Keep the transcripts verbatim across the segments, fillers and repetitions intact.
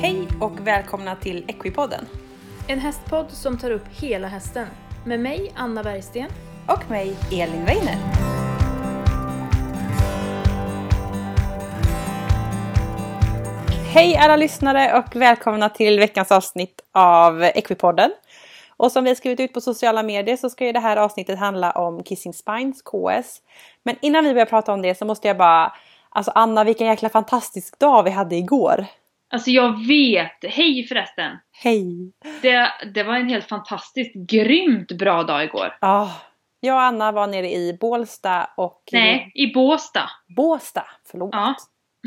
Hej och välkomna till Equipodden. En hästpodd som tar upp hela hästen. Med mig, Anna Bergsten. Och mig, Elin Weiner. Hej alla lyssnare och välkomna till veckans avsnitt av Equipodden. Och som vi har skrivit ut på sociala medier så ska ju det här avsnittet handla om Kissing Spines, K S. Men innan vi börjar prata om det så måste jag bara... Alltså Anna, vilken jäkla fantastisk dag vi hade igår. Alltså jag vet, hej förresten. Hej. Det, det var en helt fantastiskt, grymt bra dag igår. Ja, oh, jag och Anna var nere i Bålsta och... Nej, i Båstad. Båstad, förlåt. Ja.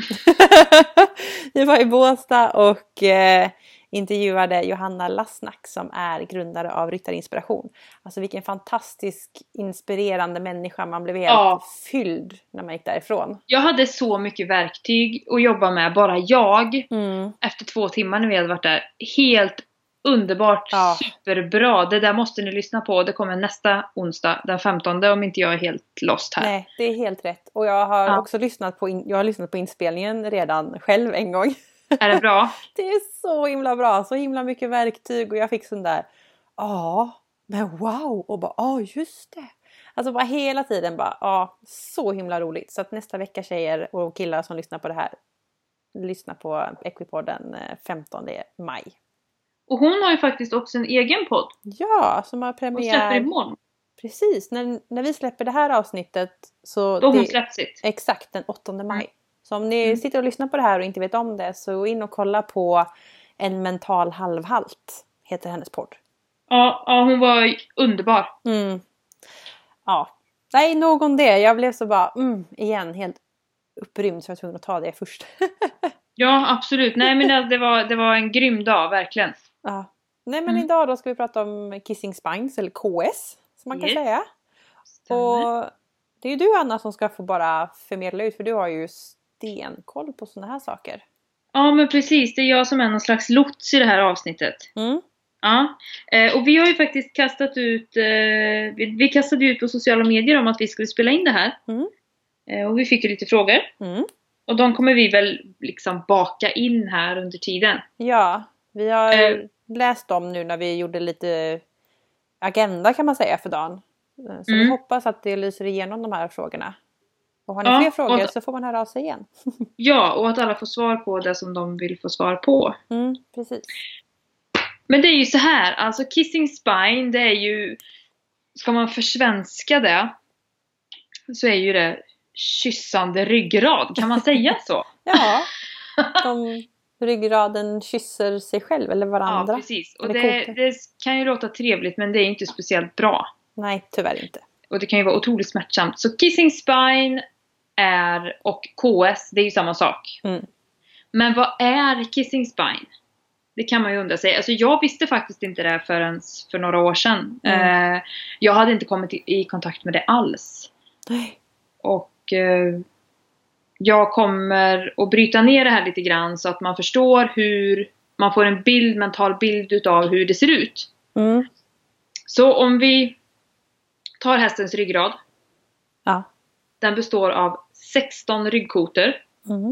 Vi var i Båstad och eh, intervjuade Johanna Lassnack som är grundare av Ryttarinspiration. Alltså vilken fantastisk, inspirerande människa. Man blev helt ja. fylld när man gick därifrån. Jag hade så mycket verktyg att jobba med, bara jag. Mm. Efter två timmar när vi hade varit där. Helt underbart, ja. superbra. Det där måste ni lyssna på. Det kommer nästa onsdag, den femtonde, om inte jag är helt lost här. Nej, det är helt rätt. Och jag har ja. också lyssnat på, in, jag har lyssnat på inspelningen redan själv en gång. Är det bra? Det är så himla bra. Så himla mycket verktyg. Och jag fick sån där, ja, men wow. Och bara, ja just det. Alltså bara hela tiden bara, ja, så himla roligt. Så att nästa vecka tjejer och killar som lyssnar på det här, lyssna på Equipodden femtonde maj. Och hon har ju faktiskt också en egen podd. Ja, som har premiär. Hon släpper imorgon. Precis, när, när vi släpper det här avsnittet så... Då det, hon släppt sitt. Exakt, den åttonde maj. Mm. Så om ni mm. sitter och lyssnar på det här och inte vet om det, så gå in och kolla på En mental halvhalt, heter hennes podd. Ja, ja hon var underbar. Mm. Ja, nej, nog om det. Jag blev så bara, mm, igen, helt upprymd så jag var tvungen att ta det först. Ja, absolut. Nej, men det var, det var en grym dag, verkligen. Ja. Nej, men mm. idag då ska vi prata om Kissing Spines, eller K S, som man yes. kan säga. Stämmer. Och det är ju du, Anna, som ska få bara förmedla ut, för du har ju stenkoll på såna här saker. Ja, men precis. Det är jag som är någon slags lots i det här avsnittet. Mm. Ja, eh, och vi har ju faktiskt kastat ut, eh, vi, vi kastade ut på sociala medier om att vi skulle spela in det här. Mm. Eh, och vi fick ju lite frågor. Mm. Och de kommer vi väl liksom baka in här under tiden. Ja, vi har eh, läst dem nu när vi gjorde lite agenda, kan man säga, för dagen. Så mm. vi hoppas att det lyser igenom de här frågorna. Och har ni ja, fler frågor att, så får man höra av sig igen. Ja, och att alla får svar på det som de vill få svar på. Mm, precis. Men det är ju så här, alltså Kissing Spine, det är ju, ska man försvenska det, så är ju det kyssande ryggrad, kan man säga så? Ja, de, ryggraden kysser sig själv eller varandra. Ja, precis. Och det, det kan ju låta trevligt, men det är inte speciellt bra. Nej, tyvärr inte. Och det kan ju vara otroligt smärtsamt. Så Kissing Spine är, och K S, det är ju samma sak. Mm. Men vad är Kissing Spine? Det kan man ju undra sig. Alltså jag visste faktiskt inte det förrän för några år sedan. Mm. Eh, jag hade inte kommit i, i kontakt med det alls. Nej. Och eh, jag kommer att bryta ner det här lite grann så att man förstår hur man får en bild, mental bild utav hur det ser ut. Mm. Så om vi tar hästens ryggrad. Ja. Den består av sexton ryggkotor. Mm.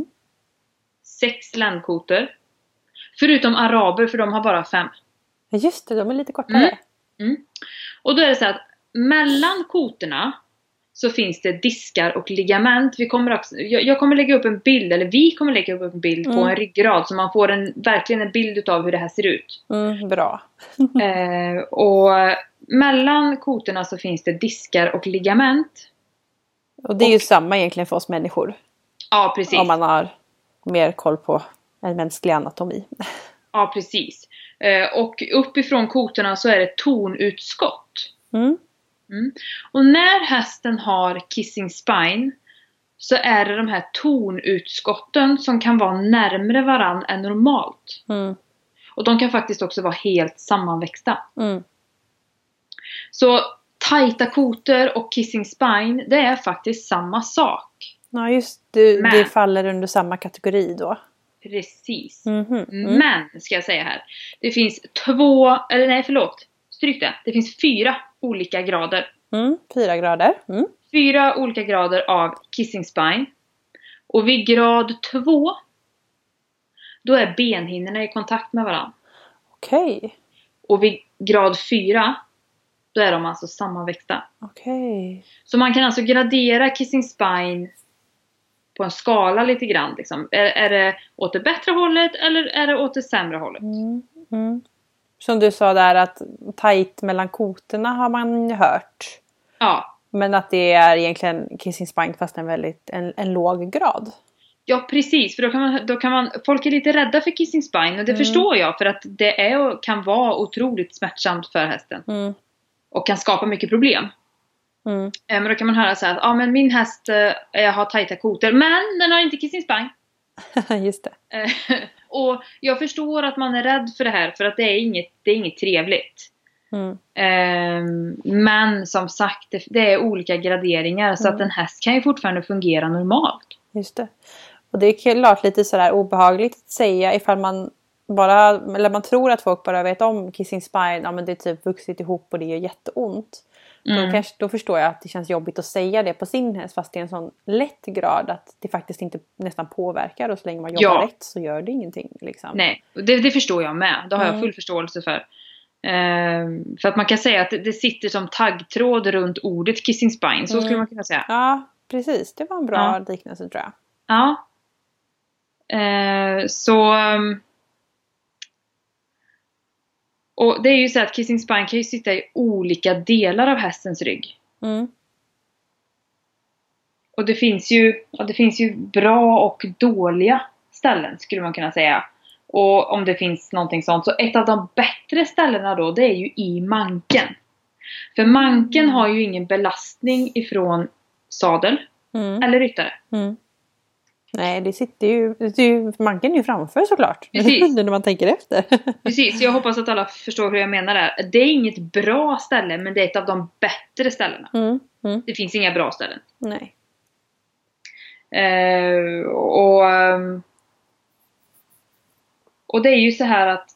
sex ländkotor. Förutom araber, för de har bara fem. Just det, de är lite kortare. Mm. Mm. Och då är det så att mellan kotorna så finns det diskar och ligament. Vi kommer också, jag, jag kommer lägga upp en bild, eller vi kommer lägga upp en bild mm. på en ryggrad. Så man får en, verkligen en bild av hur det här ser ut. Mm, bra. eh, och mellan kotorna så finns det diskar och ligament. Och det är och, ju samma egentligen för oss människor. Ja, precis. Om man har mer koll på en mänsklig anatomi. Ja, precis. Eh, och uppifrån kotorna så är det tornutskott. Mm. Mm. Och när hästen har Kissing Spine så är det de här tornutskotten som kan vara närmare varann än normalt. Mm. Och de kan faktiskt också vara helt sammanväxta. Mm. Så tajta kotor och Kissing Spine, det är faktiskt samma sak. Ja, just det. Men, det faller under samma kategori då. Precis. Mm-hmm. Mm. Men, ska jag säga här. Det finns två, eller nej förlåt. Stryk det. Det finns fyra olika grader. Mm, fyra grader. Mm. Fyra olika grader av Kissing Spine. Och vid grad två, då är benhinnorna i kontakt med varandra. Okej. Okay. Och vid grad fyra, då är de alltså sammanväxta. Okej. Okay. Så man kan alltså gradera kissing spine på en skala lite grann. Liksom. Är, är det åt det bättre hållet eller är det åt det sämre hållet? Mm. Mm. Som du sa där, att tajt mellan kotorna har man hört. Ja. Men att det är egentligen kissing spine fast en väldigt en, en låg grad. Ja, precis. För då kan man, då kan man, folk är lite rädda för kissing spine. Och det mm. förstår jag. För att det är och kan vara otroligt smärtsamt för hästen. Mm. Och kan skapa mycket problem. Mm. Men då kan man höra så här att ah, men min häst äh, har tajta kotor. Men den har inte kissing spine. Just det. Och jag förstår att man är rädd för det här. För att det är inget, det är inget trevligt. Mm. Um, men som sagt, det, det är olika graderingar. Mm. Så att en häst kan ju fortfarande fungera normalt. Just det. Och det är klart lite sådär obehagligt att säga ifall man bara, eller man tror att folk bara vet om kissing spine. Ja, men det är typ vuxit ihop och det gör jätteont. Mm. Då, kanske, då förstår jag att det känns jobbigt att säga det på sin häst. Fast det är en sån lätt grad att det faktiskt inte nästan påverkar. Och så länge man jobbar ja. rätt så gör det ingenting. Liksom. Nej, det, det förstår jag med. Det har mm. jag full förståelse för. Ehm, för att man kan säga att det, det sitter som taggtråd runt ordet kissing spine. Så mm. skulle man kunna säga. Ja, precis. Det var en bra ja. liknelse tror jag. Ja. Ehm, så... Och det är ju så att kissing spine kan ju sitta i olika delar av hästens rygg. Mm. Och det finns ju, ja, det finns ju bra och dåliga ställen skulle man kunna säga. Och om det finns någonting sånt. Så ett av de bättre ställena då, det är ju i manken. För manken mm. har ju ingen belastning ifrån sadel mm. eller ryttare. Mm. Nej, det sitter ju, det är ju manken är ju framför såklart. Precis. När man tänker efter. Precis, jag hoppas att alla förstår hur jag menar där. Det är inget bra ställe, men det är ett av de bättre ställena. Mm. Mm. Det finns inga bra ställen. Nej. Eh, och, och det är ju så här att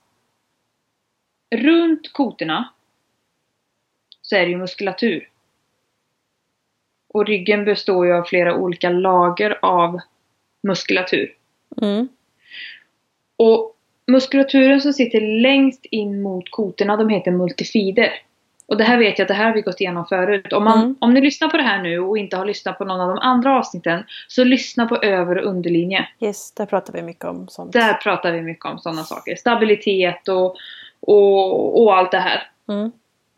runt kotorna så är det ju muskulatur. Och ryggen består ju av flera olika lager av muskulatur. Mm. Och muskulaturen som sitter längst in mot kotorna, de heter multifider. Och det här vet jag att det här har vi gått igenom förut. Om, man, mm. om ni lyssnar på det här nu och inte har lyssnat på någon av de andra avsnitten, så lyssna på över- och underlinje. Yes, där pratar vi mycket om sånt. Där pratar vi mycket om sådana saker. Stabilitet och, och, och allt det här. Mm.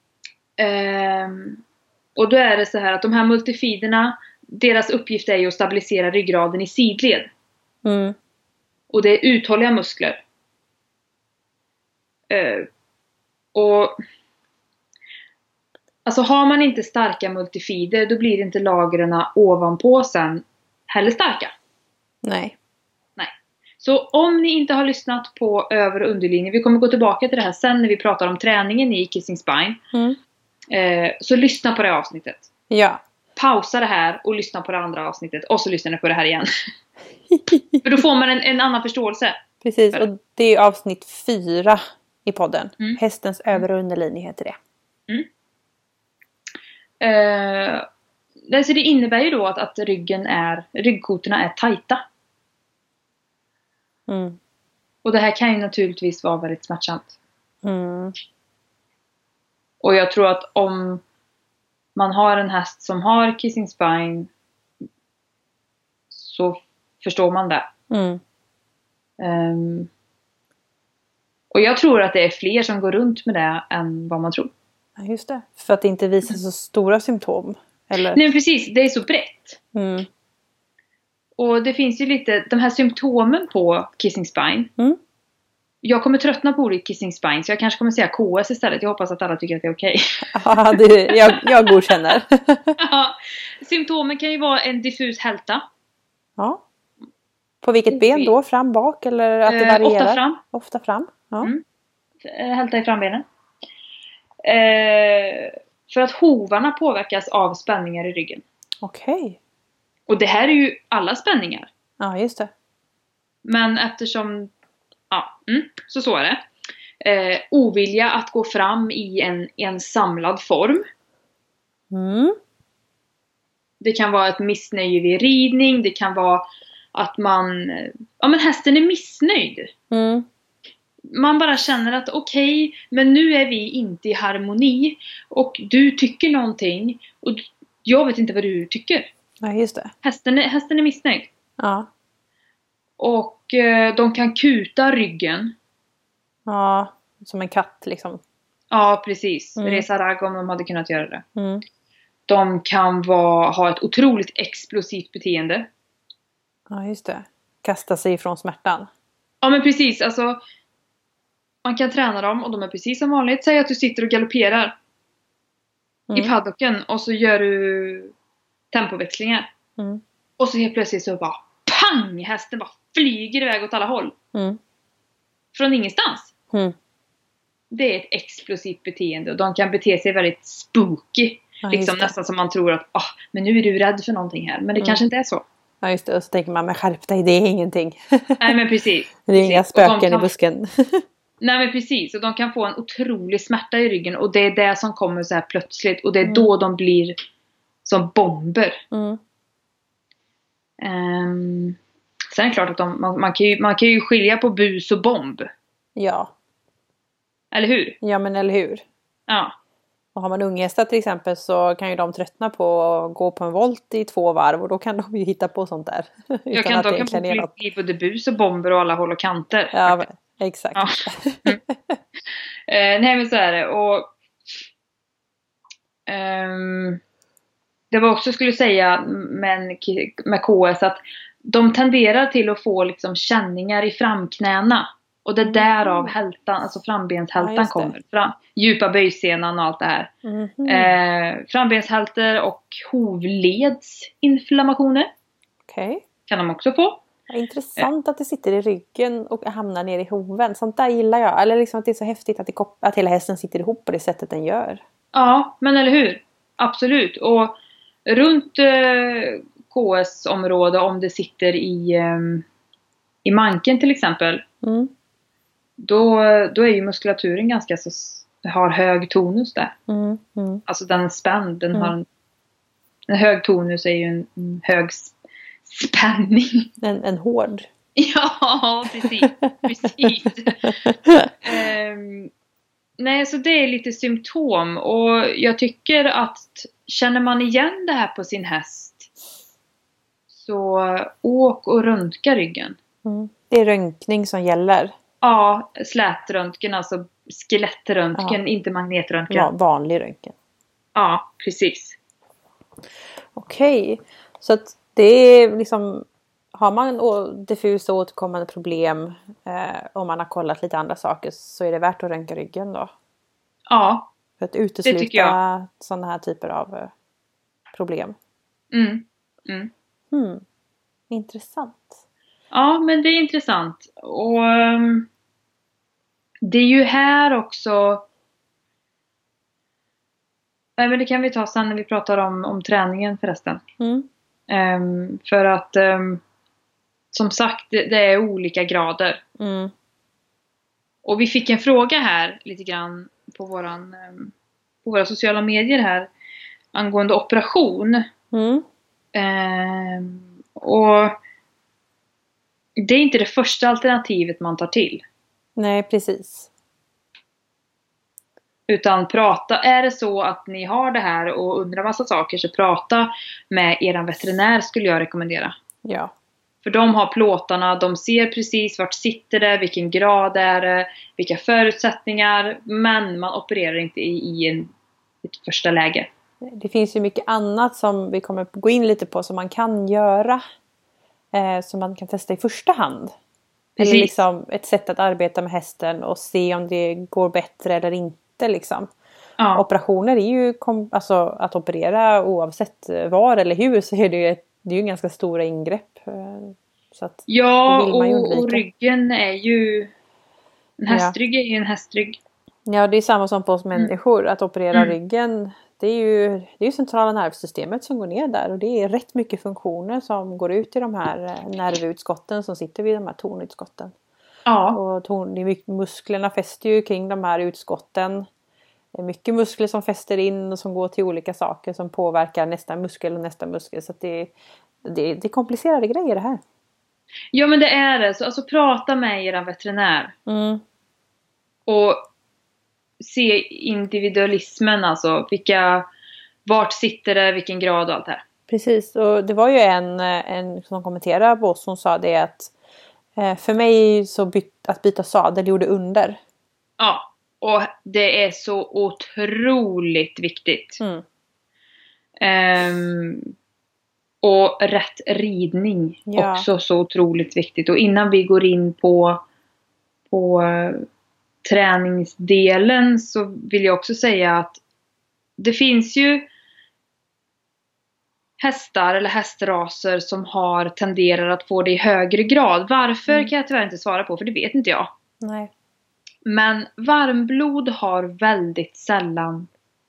Ehm, och då är det så här att de här multifiderna, deras uppgift är ju att stabilisera ryggraden i sidled. Mm. Och det är uthålliga muskler. Uh, och alltså har man inte starka multifider, då blir inte lagren ovanpå sen heller starka. Nej. Nej. Så om ni inte har lyssnat på över- och underlinje, vi kommer gå tillbaka till det här sen när vi pratar om träningen i kissing spine. Mm. Uh, så lyssna på det avsnittet. Ja. Pausa det här och lyssna på det andra avsnittet. Och så lyssnar ni på det här igen. För då får man en, en annan förståelse. Precis, och det är avsnitt fyra i podden. Mm. Hästens över- och underlinje heter det. Mm. Uh, så det innebär ju då att, att ryggen är, ryggkotorna är tajta. Mm. Och det här kan ju naturligtvis vara väldigt smärtsamt. Mm. Och jag tror att om man har en häst som har kissing spine, så förstår man det. Mm. Um, och jag tror att det är fler som går runt med det än vad man tror. Ja, just det. För att det inte visar så stora symptom. Eller? Nej, precis. Det är så brett. Mm. Och det finns ju lite, de här symptomen på kissing spine. Mm. Jag kommer tröttna på ordet kissing spine, så jag kanske kommer säga K S istället. Jag hoppas att alla tycker att det är okej. Ja, det, jag, jag godkänner. Ja, symptomen kan ju vara en diffus hälta. Ja. På vilket ben då? Fram, bak? Eller att det varierar? Ofta fram. Ofta fram. Ja. Mm. Hälta i frambenen. Eh, för att hovarna påverkas av spänningar i ryggen. Okej. Okay. Och det här är ju alla spänningar. Ja, just det. Men eftersom... Ja, mm, så så är det. Eh, ovilja att gå fram i en, en samlad form. Mm. Det kan vara ett missnöje vid ridning. Det kan vara att man, ja men hästen är missnöjd. Mm. Man bara känner att okej, okay, men nu är vi inte i harmoni. Och du tycker någonting. Och jag vet inte vad du tycker. Ja, just det. Hästen är, hästen är missnöjd. Ja. Och eh, de kan kuta ryggen. Ja, som en katt liksom. Ja, precis. Mm. Resa ragg om de hade kunnat göra det. Mm. De kan vara, ha ett otroligt explosivt beteende. Ja, just det. Kasta sig ifrån smärtan. Ja, men precis. Alltså, man kan träna dem och de är precis som vanligt. Säg att du sitter och galopperar Mm. i paddocken och så gör du tempoväxlingar. Mm. Och så helt plötsligt så bara pang! Hästen bara flyger iväg åt alla håll. Mm. Från ingenstans. Mm. Det är ett explosivt beteende och de kan bete sig väldigt spooky. Ja, liksom just det. nästan som man tror att ah, men nu är du rädd för någonting här. Men det Mm. kanske inte är så. Ja, just det. Och så tänker man, men skärp dig, det är ingenting. Nej, men precis. Det är inga Precis. Och de spöken kan- i busken. Nej, men precis. Och de kan få en otrolig smärta i ryggen. Och det är det som kommer så här plötsligt. Och det är Mm. då de blir som bomber. Mm. Um, sen är det klart att de, man, man, kan ju, man kan ju skilja på bus och bomb. Ja. Eller hur? Ja, men eller hur? Ja. Och har man unghästar till exempel så kan ju de tröttna på att gå på en volt i två varv. Och då kan de ju hitta på sånt där. Jag Utan kan, att de det kan få egentligen är något. bli både bus och bomber och alla håll och kanter. Ja, men- exakt. Ja. Eh, nej, men så är det. Och ehm, det var också, skulle jag säga, med, med K S att de tenderar till att få liksom känningar i framknäna. Och det är därav hältan, alltså Ja, frambenshältan just det. kommer. Fram, djupa böjsenan och allt det här. Mhm. Eh, frambenshälter och hovledsinflammationer Okej. kan de också få. Ja, intressant att det sitter i ryggen och hamnar ner i hoven. Sånt där gillar jag. Eller liksom att det är så häftigt att, det kop- att hela hästen sitter ihop på det sättet den gör. Ja, men eller hur? Absolut. Och runt eh, K S-område, om det sitter i, eh, i manken till exempel, Mm. då, då är ju muskulaturen ganska så, har hög tonus där. Mm. Mm. Alltså den är spänd, den Mm. har en, en hög tonus är ju en, en hög s- spänning. En, en hård. Ja, precis. precis. Ehm, nej, så det är lite symptom. Och jag tycker att känner man igen det här på sin häst, så åk och röntga ryggen. Mm. Det är röntgning som gäller. Ja, slätröntgen, alltså skelettröntgen, Ja. inte magnetröntgen. Va- Ja, vanlig röntgen. precis. Okej. Så att det är liksom... Har man å- diffusa återkommande problem eh, om man har kollat lite andra saker så är det värt att röntga ryggen då. Ja, För att tycker utesluta jag. sådana här typer av eh, problem. mm. Mm. Hmm. Intressant. Ja, men det är intressant. Och ehm, det är ju här också... Nej, men det kan vi ta sen när vi pratar om, om träningen förresten. Mm. Ehm, för att ehm, som sagt, det, det är olika grader. Mm. Och vi fick en fråga här lite grann på, våran, ehm, på våra sociala medier här angående operation. Mm. Ehm, och det är inte det första alternativet man tar till. Nej, precis. Utan prata, är det så att ni har det här och undrar massa saker, så prata med eran veterinär skulle jag rekommendera. Ja. För de har plåtarna, de ser precis vart sitter det, vilken grad är det, vilka förutsättningar. Men man opererar inte i, i en, ett första läge. Det finns ju mycket annat som vi kommer gå in lite på som man kan göra. Eh, som man kan testa i första hand. Precis. Eller liksom ett sätt att arbeta med hästen och se om det går bättre eller inte. Liksom. Ja, Operationer är ju, kom, alltså att operera oavsett var eller hur, så är det ju, ett, det är ju ganska stora ingrepp. eh, Så att, ja det vill man ju och, och undvika. ryggen är ju... En hästrygg är ju en hästrygg. ja, det är samma som på oss människor. Att operera Mm. ryggen, det är ju det är ju centrala nervsystemet som går ner där. Och det är rätt mycket funktioner som går ut i de här eh, nervutskotten som sitter vid de här tornutskotten. Ja, Och torn, det är mycket, musklerna fäster ju kring de här utskotten. Det är mycket muskler som fäster in och som går till olika saker som påverkar nästa muskel och nästa muskel. Så att det, det, det är komplicerade grejer det här. Ja, men det är det. Så, alltså prata med er veterinär. Mm. Och se individualismen, alltså vilka, vart sitter det, vilken grad och allt det här. Precis, och det var ju en, en som kommenterade på oss som sa det att eh, för mig så byt, att byta sadel gjorde under. Ja, och det är så otroligt viktigt. Mm. Um, och rätt ridning, Ja. också så otroligt viktigt. Och innan vi går in på, på uh, träningsdelen så vill jag också säga att det finns ju hästar eller hästraser som har tenderar att få det i högre grad. Varför Mm. kan jag tyvärr inte svara på, för det vet inte jag. Nej. Men varmblod har väldigt sällan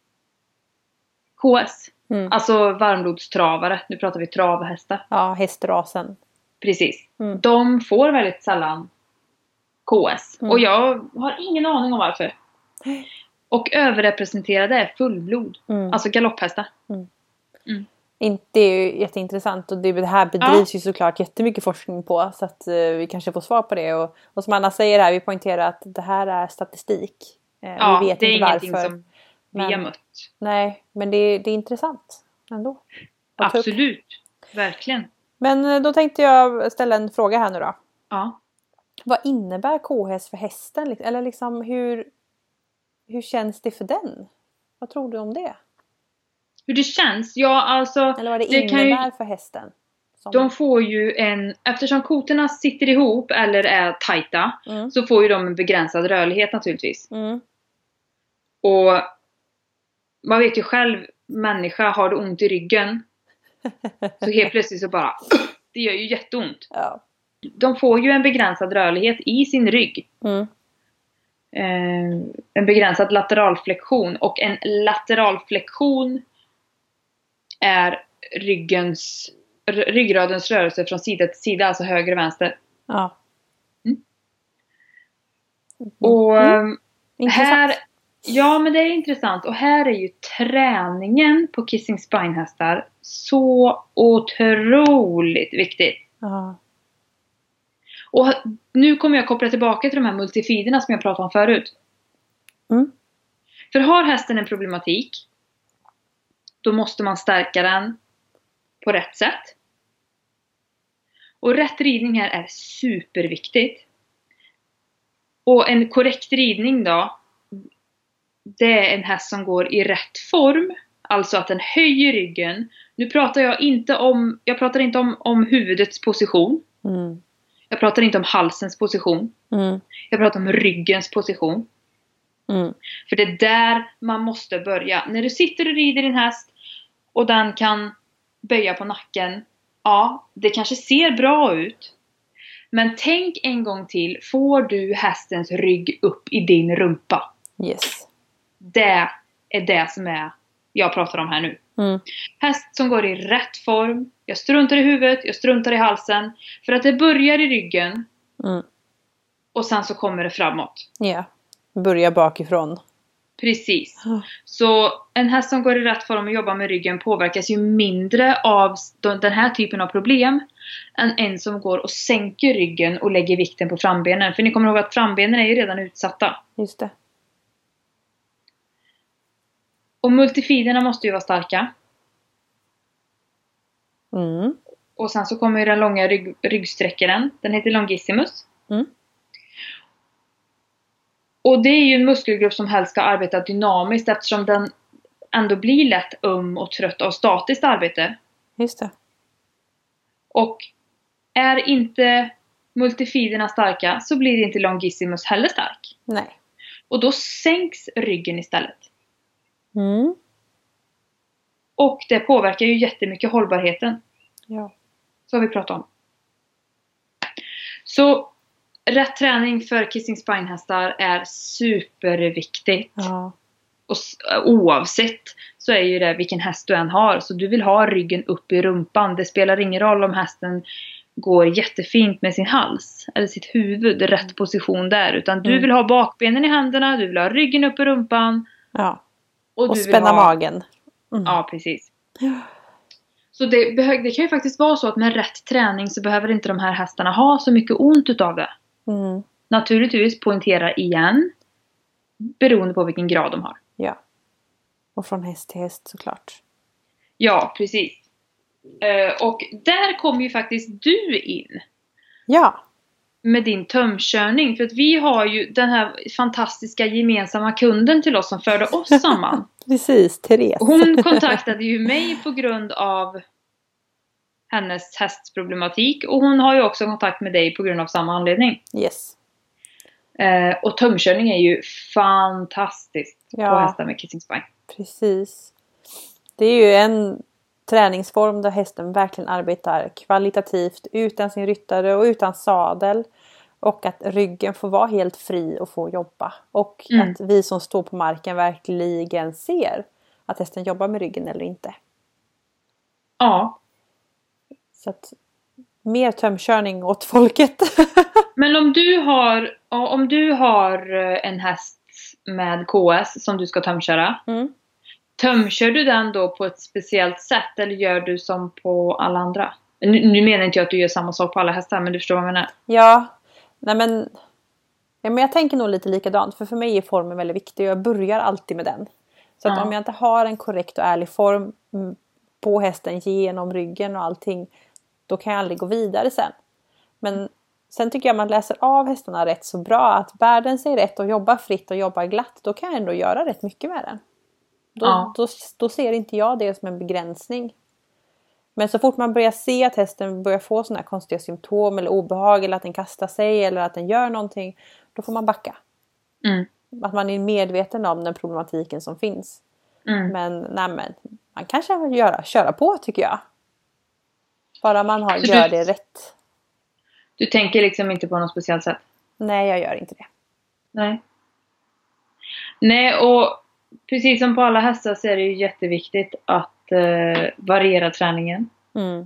K S. Mm. Alltså varmblodstravare. Nu pratar vi travhästar. Ja, hästrasen. Precis. Mm. De får väldigt sällan K S. Mm. Och jag har ingen aning om varför. Och överrepresenterade är fullblod. Mm. Alltså galopphästar. Det är ju jätteintressant och det, det här bedrivs ja. ju såklart jättemycket forskning på så att uh, vi kanske får svar på det. Och, och som Anna säger här, vi poängterar att det här är statistik. Uh, ja, vi vet det är inte ingenting varför. som men, vi har mött. Nej, men det, det är intressant ändå. Absolut, verkligen. Men uh, då tänkte jag ställa en fråga här nu då. Ja. Vad innebär K H S för hästen? Eller liksom hur, hur känns det för den? Vad tror du om det? Hur det känns? Ja, alltså... Eller vad det, det innebär kan ju, för hästen? Som... De får ju en... Eftersom kotorna sitter ihop eller är tajta mm. så får ju de en begränsad rörlighet naturligtvis. Mm. Och man vet ju själv, människa har du ont i ryggen. Så helt plötsligt så bara... Det gör ju jätteont. Ja. De får ju en begränsad rörlighet i sin rygg. Mm. Eh, en begränsad lateralflexion. Och en lateralflexion är ryggens, ryggradens rörelse från sida till sida, alltså höger och vänster. Ja. Mm. Och Mm. här, ja men det är intressant. Och här är ju träningen på kissing spine-hästar så otroligt viktigt. Ja. Och nu kommer jag koppla tillbaka till de här multifiderna som jag pratade om förut. Mm. För har hästen en problematik, då måste man stärka den på rätt sätt. Och rätt ridning här är superviktigt. Och en korrekt ridning då, det är en häst som går i rätt form. Alltså att den höjer ryggen. Nu pratar jag inte om, jag pratar inte om, om huvudets position. Mm. Jag pratar inte om halsens position. Mm. Jag pratar om ryggens position. Mm. För det är där man måste börja. När du sitter och rider din häst och den kan böja på nacken. Ja, det kanske ser bra ut. Men tänk en gång till. Får du hästens rygg upp i din rumpa? Yes. Det är det som är jag pratar om här nu. Mm. Häst som går i rätt form. Jag struntar i huvudet, jag struntar i halsen. För att det börjar i ryggen. Mm. Och sen så kommer det framåt. Ja. Börja bakifrån. Precis. Oh. Så en häst som går i rätt form och jobbar med ryggen påverkas ju mindre av den här typen av problem än en som går och sänker ryggen och lägger vikten på frambenen. För ni kommer ihåg att frambenen är ju redan utsatta. Just det. Och multifiderna måste ju vara starka. Mm. Och sen så kommer ju den långa rygg, ryggsträckaren. Den heter longissimus. Mm. Och det är ju en muskelgrupp som helst ska arbeta dynamiskt eftersom den ändå blir lätt öm och trött av statiskt arbete. Just det. Och är inte multifiderna starka så blir inte longissimus heller stark. Nej. Och då sänks ryggen istället. Mm. Och det påverkar ju jättemycket hållbarheten. Ja. Så har vi pratat om. Så rätt träning för kissing spine-hästar är superviktigt. Ja. Och oavsett så är ju det vilken häst du än har. Så du vill ha ryggen upp i rumpan. Det spelar ingen roll om hästen går jättefint med sin hals. Eller sitt huvud. Rätt position där. Utan du Mm. vill ha bakbenen i händerna. Du vill ha ryggen upp i rumpan. Ja. Och, Och du spänna vill ha... magen. Mm. Ja, precis. Så det, behö- det kan ju faktiskt vara så att med rätt träning så behöver inte de här hästarna ha så mycket ont utav det. Mm. Naturligtvis poängtera igen. Beroende på vilken grad de har. Ja. Och från häst till häst såklart. Ja, precis. Eh, och där kommer ju faktiskt du in. Ja. Med din tömkörning. För att vi har ju den här fantastiska gemensamma kunden till oss som förde oss samman. Precis, Therese. Hon kontaktade ju mig på grund av hennes hästproblematik. Och hon har ju också kontakt med dig på grund av samma anledning. Yes. Eh, och tömkörning är ju fantastiskt Ja. på hästar med kissing spine. Precis. Det är ju en träningsform där hästen verkligen arbetar kvalitativt utan sin ryttare och utan sadel. Och att ryggen får vara helt fri och få jobba. Och Mm. att vi som står på marken verkligen ser att hästen jobbar med ryggen eller inte. Ja. Så att mer tömkörning åt folket. Men om du har om du har en häst med K S som du ska tömköra. Mm. Tömkör du den då på ett speciellt sätt eller gör du som på alla andra? Nu, nu menar inte jag att du gör samma sak på alla hästar, men du förstår vad jag menar. Ja, nej men, ja, men jag tänker nog lite likadant. För för mig är formen väldigt viktig och jag börjar alltid med den. Så att Ja. om jag inte har en korrekt och ärlig form mm, på hästen genom ryggen och allting, då kan jag aldrig gå vidare sen. Men sen tycker jag man läser av hästarna rätt så bra. Att bär den sig rätt och jobbar fritt och jobbar glatt, då kan jag ändå göra rätt mycket med den. Då, Ja. då, då ser inte jag det som en begränsning. Men så fort man börjar se att hästen börjar få såna här konstiga symptom eller obehag eller att den kastar sig eller att den gör någonting, då får man backa. Mm. Att man är medveten om den problematiken som finns. Mm. Men, nej, men man kanske göra, köra på tycker jag. Bara man har, Så gör du- det rätt. Du tänker liksom inte på något speciellt sätt? Nej, jag gör inte det. Nej. Nej, och precis som på alla hästar så är det ju jätteviktigt att eh, variera träningen. Mm.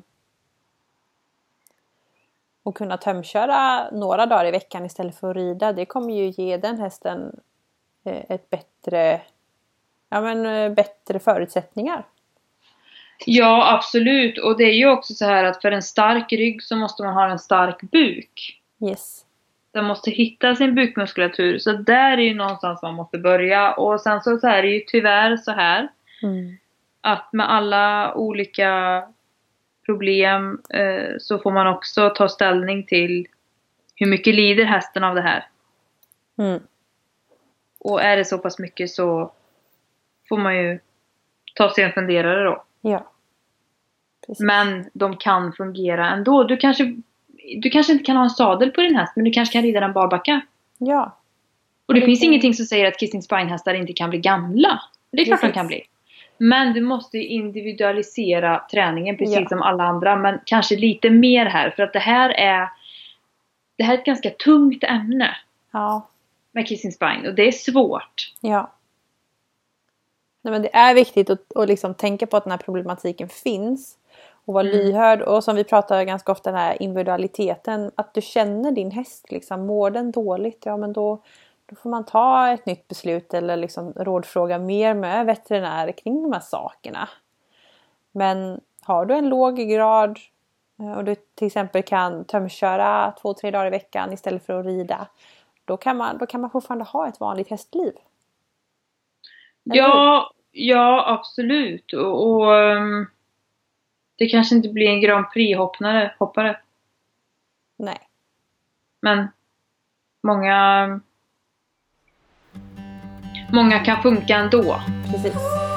Och kunna tömköra några dagar i veckan istället för att rida. Det kommer ju ge den hästen eh, ett bättre, ja, men, eh, bättre förutsättningar. Ja, absolut. Och det är ju också så här att för en stark rygg så måste man ha en stark buk. Yes. Den måste hitta sin bukmuskulatur. Så där är ju någonstans man måste börja. Och sen så, så är det ju tyvärr så här. Mm. Att med alla olika problem eh, så får man också ta ställning till hur mycket lider hästen av det här. Mm. Och är det så pass mycket så får man ju ta sig en funderare då. Ja. Precis. Men de kan fungera ändå. Du kanske, du kanske inte kan ha en sadel på din häst, men du kanske kan rida den barbacka. Ja. Och det Det finns kan- ingenting som säger att kissing spine-hästar inte kan bli gamla. Det är klart de Precis. kan bli. Men du måste individualisera träningen precis Ja. som alla andra. Men kanske lite mer här. För att det här är det här är ett ganska tungt ämne Ja. med kissing spine. Och det är svårt. Ja. Nej, men det är viktigt att, att liksom tänka på att den här problematiken finns. Och vara Mm. lyhörd. Och som vi pratar ganska ofta, den här individualiteten. Att du känner din häst. Liksom, mår den dåligt? Ja, men då, då får man ta ett nytt beslut. Eller liksom rådfråga mer med veterinärer kring de här sakerna. Men har du en låg grad. Och du till exempel kan tömköra två, tre dagar i veckan istället för att rida. Då kan man, då kan man fortfarande ha ett vanligt hästliv. Eller Ja, ja absolut. Och, och um, det kanske inte blir en Grand Prix-hoppare. Hoppare. Nej. Men många många kan funka ändå. Precis.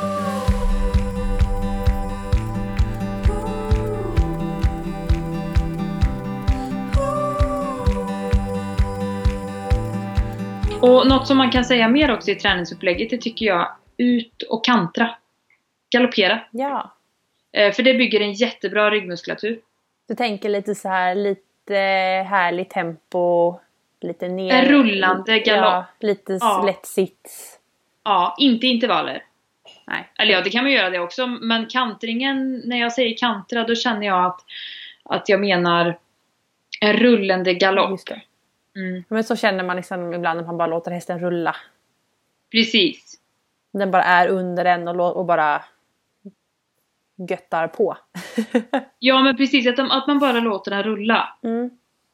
Och något som man kan säga mer också i träningsupplägget, det tycker jag, ut och kantra. Galoppera. Ja. Eh, för det bygger en jättebra ryggmuskulatur. Du tänker lite så här, lite härligt tempo, lite ner. En rullande galopp. Ja, lite Ja. lätt sits. Ja, inte intervaller. Nej. Eller ja, det kan man göra det också. Men kantringen, när jag säger kantra, då känner jag att, att jag menar en rullande galopp. Just det. Mm, Men så känner man liksom ibland när man bara låter hästen rulla. precis. Den bara är under en och, lå- och bara göttar på. Ja, men precis. Att, de, att man bara låter den rulla. Mm.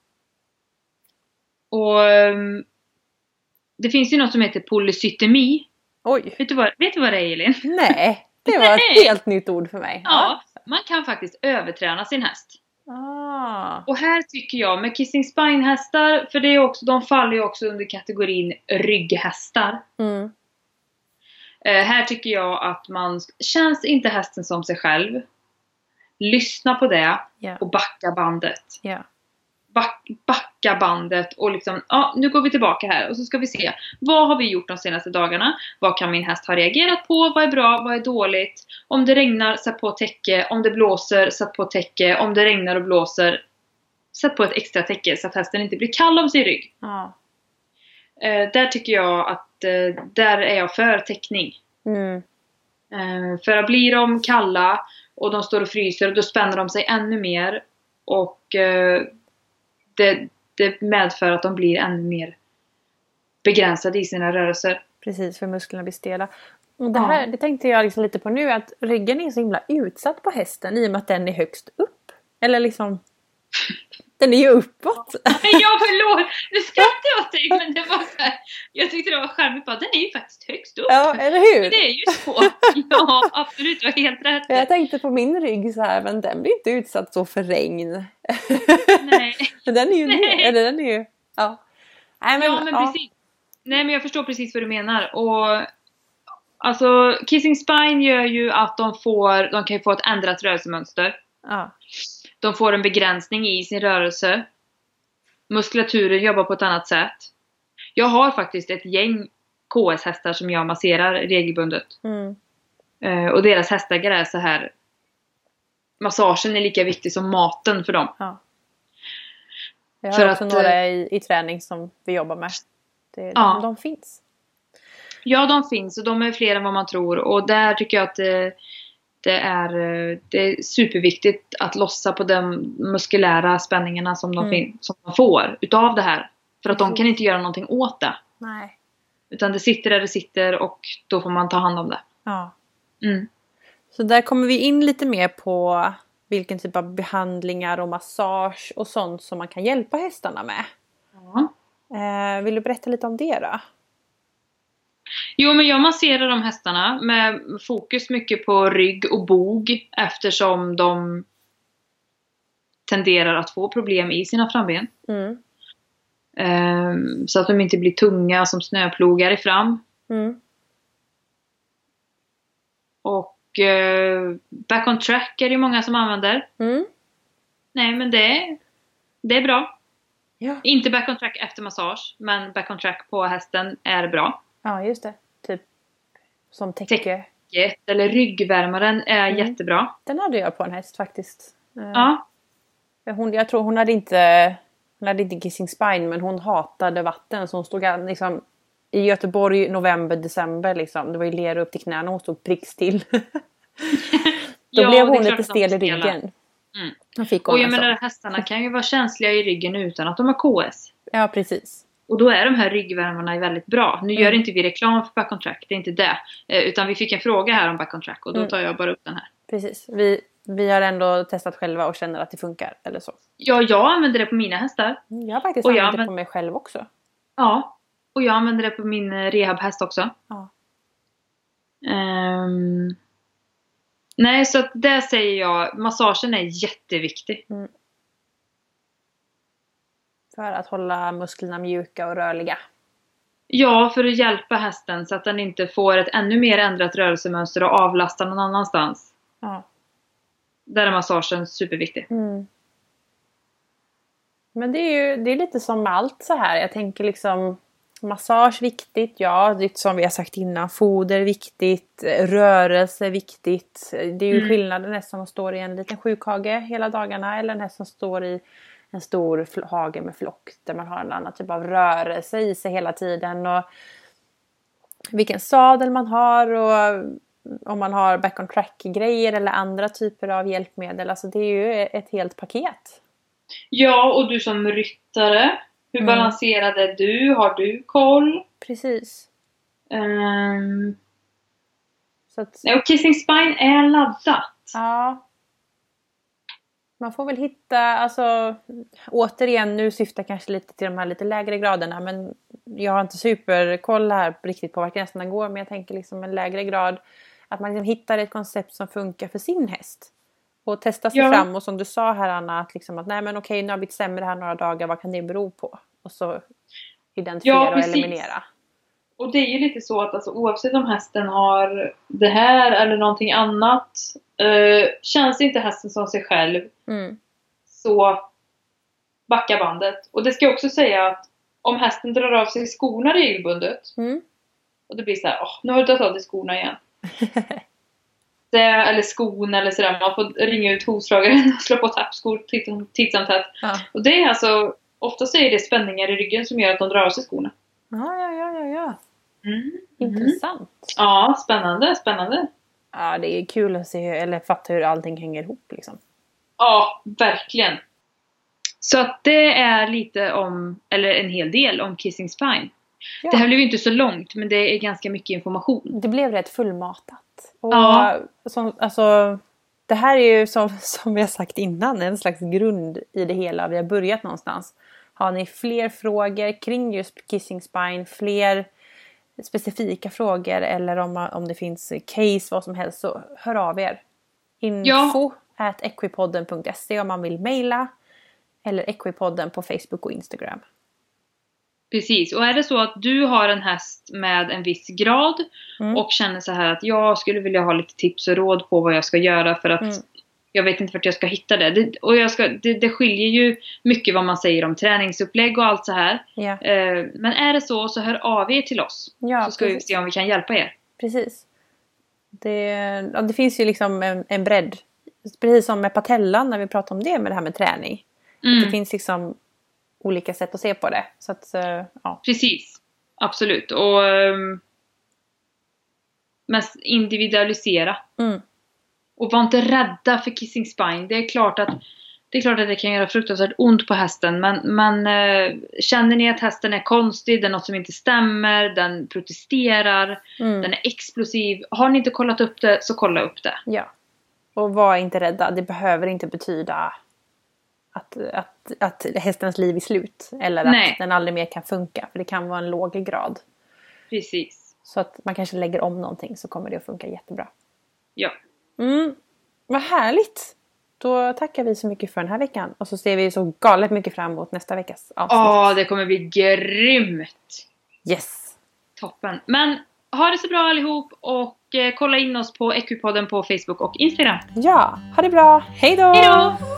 Och um, det finns ju något som heter polycytemi. Oj. Vet du vad, vet du vad det är, Elin? Nej, det var ett helt nytt ord för mig. Ja, man kan faktiskt överträna sin häst. Ah. Och här tycker jag med kissing spine hästar, för det är också, de faller ju också under kategorin rygghästar. Mm. Eh, här tycker jag att man, känns inte hästen som sig själv, lyssna på det Yeah. och backa bandet. Yeah. Back, backa bandet och liksom, ja, nu går vi tillbaka här och så ska vi se, vad har vi gjort de senaste dagarna? Vad kan min häst ha reagerat på? Vad är bra? Vad är dåligt? Om det regnar, sätt på täcke. Om det blåser, sätt på täcke. Om det regnar och blåser, sätt på ett extra täcke så att hästen inte blir kall av sin rygg. Ah. Eh, där tycker jag att eh, där är jag för täckning. Mm. Eh, för att blir de kalla och de står och fryser, då spänner de sig ännu mer och eh, det, det medför att de blir ännu mer begränsade i sina rörelser. Precis, för musklerna blir stela. Och det här, det tänkte jag liksom lite på nu, att ryggen är så himla utsatt på hästen i och med att den är högst upp. Eller liksom, den är ju uppåt. Ja, förlåt! Nu skrattar jag åt dig, men det var så här, jag tyckte det var charmigt bara, den är ju faktiskt högst upp. Ja, eller hur? Men det är ju så. Ja, absolut, du har helt rätt. Jag tänkte på min rygg så här, men den blir inte utsatt så för regn. Nej. Men den är ju Nej. ner, eller den är ju, ja. Nej, men, Ja, men ja. precis. Nej, men jag förstår precis vad du menar. Och alltså, kissing spine gör ju att de får, de kan ju få ett ändrat rörelsemönster. Ja. De får en begränsning i sin rörelse. Muskulaturen jobbar på ett annat sätt. Jag har faktiskt ett gäng K S-hästar som jag masserar regelbundet. Mm. Eh, och deras hästägare är så här. Massagen är lika viktig som maten för dem. Ja. Jag har För också att, några i, i träning som vi jobbar med. Det, Ja. de, de finns. Ja, de finns och de är fler än vad man tror. Och där tycker jag att det, det, är, det är superviktigt att lossa på de muskulära spänningarna som de, Mm. fin- som de får utav det här. För att de Precis. kan inte göra någonting åt det. Nej. Utan det sitter där det sitter och då får man ta hand om det. Ja. Mm. Så där kommer vi in lite mer på vilken typ av behandlingar och massage och sånt som man kan hjälpa hästarna med. Ja. Eh, vill du berätta lite om det då? Jo, men jag masserar de hästarna med fokus mycket på rygg och bog eftersom de tenderar att få problem i sina framben. Mm. Ehm, så att de inte blir tunga som snöplogar i fram. Mm. Och eh, back on track är det många som använder. Mm. Nej, men det, det är bra. Ja. Inte back on track efter massage, men back on track på hästen är bra. Ja, just det. Typ som täcke. Täcket eller ryggvärmaren är Mm. jättebra. Den hade jag på en häst faktiskt. Eh, Ja. Hon, jag tror hon hade inte hon hade inte kissing spine, men hon hatade vatten. Så hon stod liksom i Göteborg november, december liksom. Det var ju lera upp till knäna och hon stod prickstill. Då Ja, blev det är hon klart lite att de stel i spelar. ryggen. Mm. Då fick Och hon jag alltså. menar, hästarna kan ju vara känsliga i ryggen utan att de har K S. Ja, precis. Och då är de här ryggvärmarna väldigt bra. Nu Mm. gör inte vi reklam för back on track, det är inte det. Eh, utan vi fick en fråga här om back on track och då Mm. tar jag bara upp den här. Precis. Vi, vi har ändå testat själva och känner att det funkar. Eller så. Ja, jag använder det på mina hästar. Jag har faktiskt Och jag använt det använder- på mig själv också. Ja, och jag använder det på min eh, rehabhäst också. Ja. Ehm, nej, så att det säger jag, massagen är jätteviktig. För att hålla musklerna mjuka och rörliga. Ja, för att hjälpa hästen så att den inte får ett ännu mer ändrat rörelsemönster och avlasta någon annanstans. Ja. Där är massagen superviktig. Mm. Men det är ju det är lite som med allt så här. Jag tänker liksom massage viktigt, ja, det som vi har sagt innan. Foder viktigt, rörelse viktigt. Det är ju Mm. skillnaden nästan som står i en liten sjukhage hela dagarna eller nästan står i en stor fl- hage med flock där man har en annan typ av rörelse i sig hela tiden. Och vilken sadel man har och om man har back on track grejer eller andra typer av hjälpmedel. Alltså det är ju ett helt paket. Ja, och du som ryttare, hur Mm. balanserad är du? Har du koll? Precis. Um, Så att, och kissing spine är laddat. Ja. Man får väl hitta, alltså återigen, nu syftar kanske lite till de här lite lägre graderna, men jag har inte superkoll här riktigt på vart gränserna går, men jag tänker liksom en lägre grad, att man liksom hittar ett koncept som funkar för sin häst och testa sig Ja. fram, och som du sa här Anna, att liksom att nej men okej, nu har jag blivit sämre här några dagar, vad kan det bero på? Och så identifiera Ja, och precis. eliminera. Och det är ju lite så att alltså, oavsett om hästen har det här eller någonting annat, eh, känns inte hästen som sig själv, Mm. så backa bandet. Och det ska jag också säga att om hästen drar av sig skorna regelbundet Mm. och det blir så här, åh, nu har du dragit av dig skorna igen. det, eller skon eller sådär, man får ringa ut hovslagaren och slå på tappskor titt- titt som tätt. Ja. Och det är alltså, ofta så är det spänningar i ryggen som gör att de drar av sig skorna. Ja, ja, ja, ja, ja. Mm. Intressant. Ja, spännande, spännande. Ja, det är kul att se, eller fatta hur allting hänger ihop liksom. Ja, verkligen. Så att det är lite om, eller en hel del om Kissing Spine. Ja. Det här blev ju inte så långt, men det är ganska mycket information. Det blev rätt fullmatat. Och Ja. som, alltså, det här är ju som, som vi har sagt innan, en slags grund i det hela. Vi har börjat någonstans. Har ni fler frågor kring just Kissing Spine, fler specifika frågor, eller om, om det finns case, vad som helst, så hör av er. Info at equipodden punkt se om man vill mejla, eller Equipodden på Facebook och Instagram. Precis, och är det så att du har en häst med en viss grad Mm. och känner så här att jag skulle vilja ha lite tips och råd på vad jag ska göra för att Mm. jag vet inte vart jag ska hitta det. det och jag ska, det, det skiljer ju mycket vad man säger om träningsupplägg och allt så här. Ja, Eh, men är det så, så hör av er till oss. ja så ska precis. vi se om vi kan hjälpa er. Precis. Det, ja, det finns ju liksom en, en bredd. Precis som med patellan när vi pratar om det med det här med träning. Mm. Det finns liksom olika sätt att se på det. Så att, eh, ja. Precis, absolut. Och um, mest individualisera. Mm. Och var inte rädda för Kissing Spine. Det är klart att det, är klart att det kan göra fruktansvärt ont på hästen. Men, men uh, känner ni att hästen är konstig, det är något som inte stämmer, den protesterar, Mm. den är explosiv. Har ni inte kollat upp det, så kolla upp det. Ja. Och var inte rädda. Det behöver inte betyda att, att, att hästens liv är slut. Eller att Nej. den aldrig mer kan funka. För det kan vara en låg grad. Precis. Så att man kanske lägger om någonting, så kommer det att funka jättebra. Ja. Mm, vad härligt! Då tackar vi så mycket för den här veckan. Och så ser vi så galet mycket fram emot nästa veckas avsnitt. Ja, det kommer bli grymt. Yes! Toppen. Men ha det så bra allihop och eh, kolla in oss på Equipodden på Facebook och Instagram. Ja, ha det bra! Hej då! Hej då!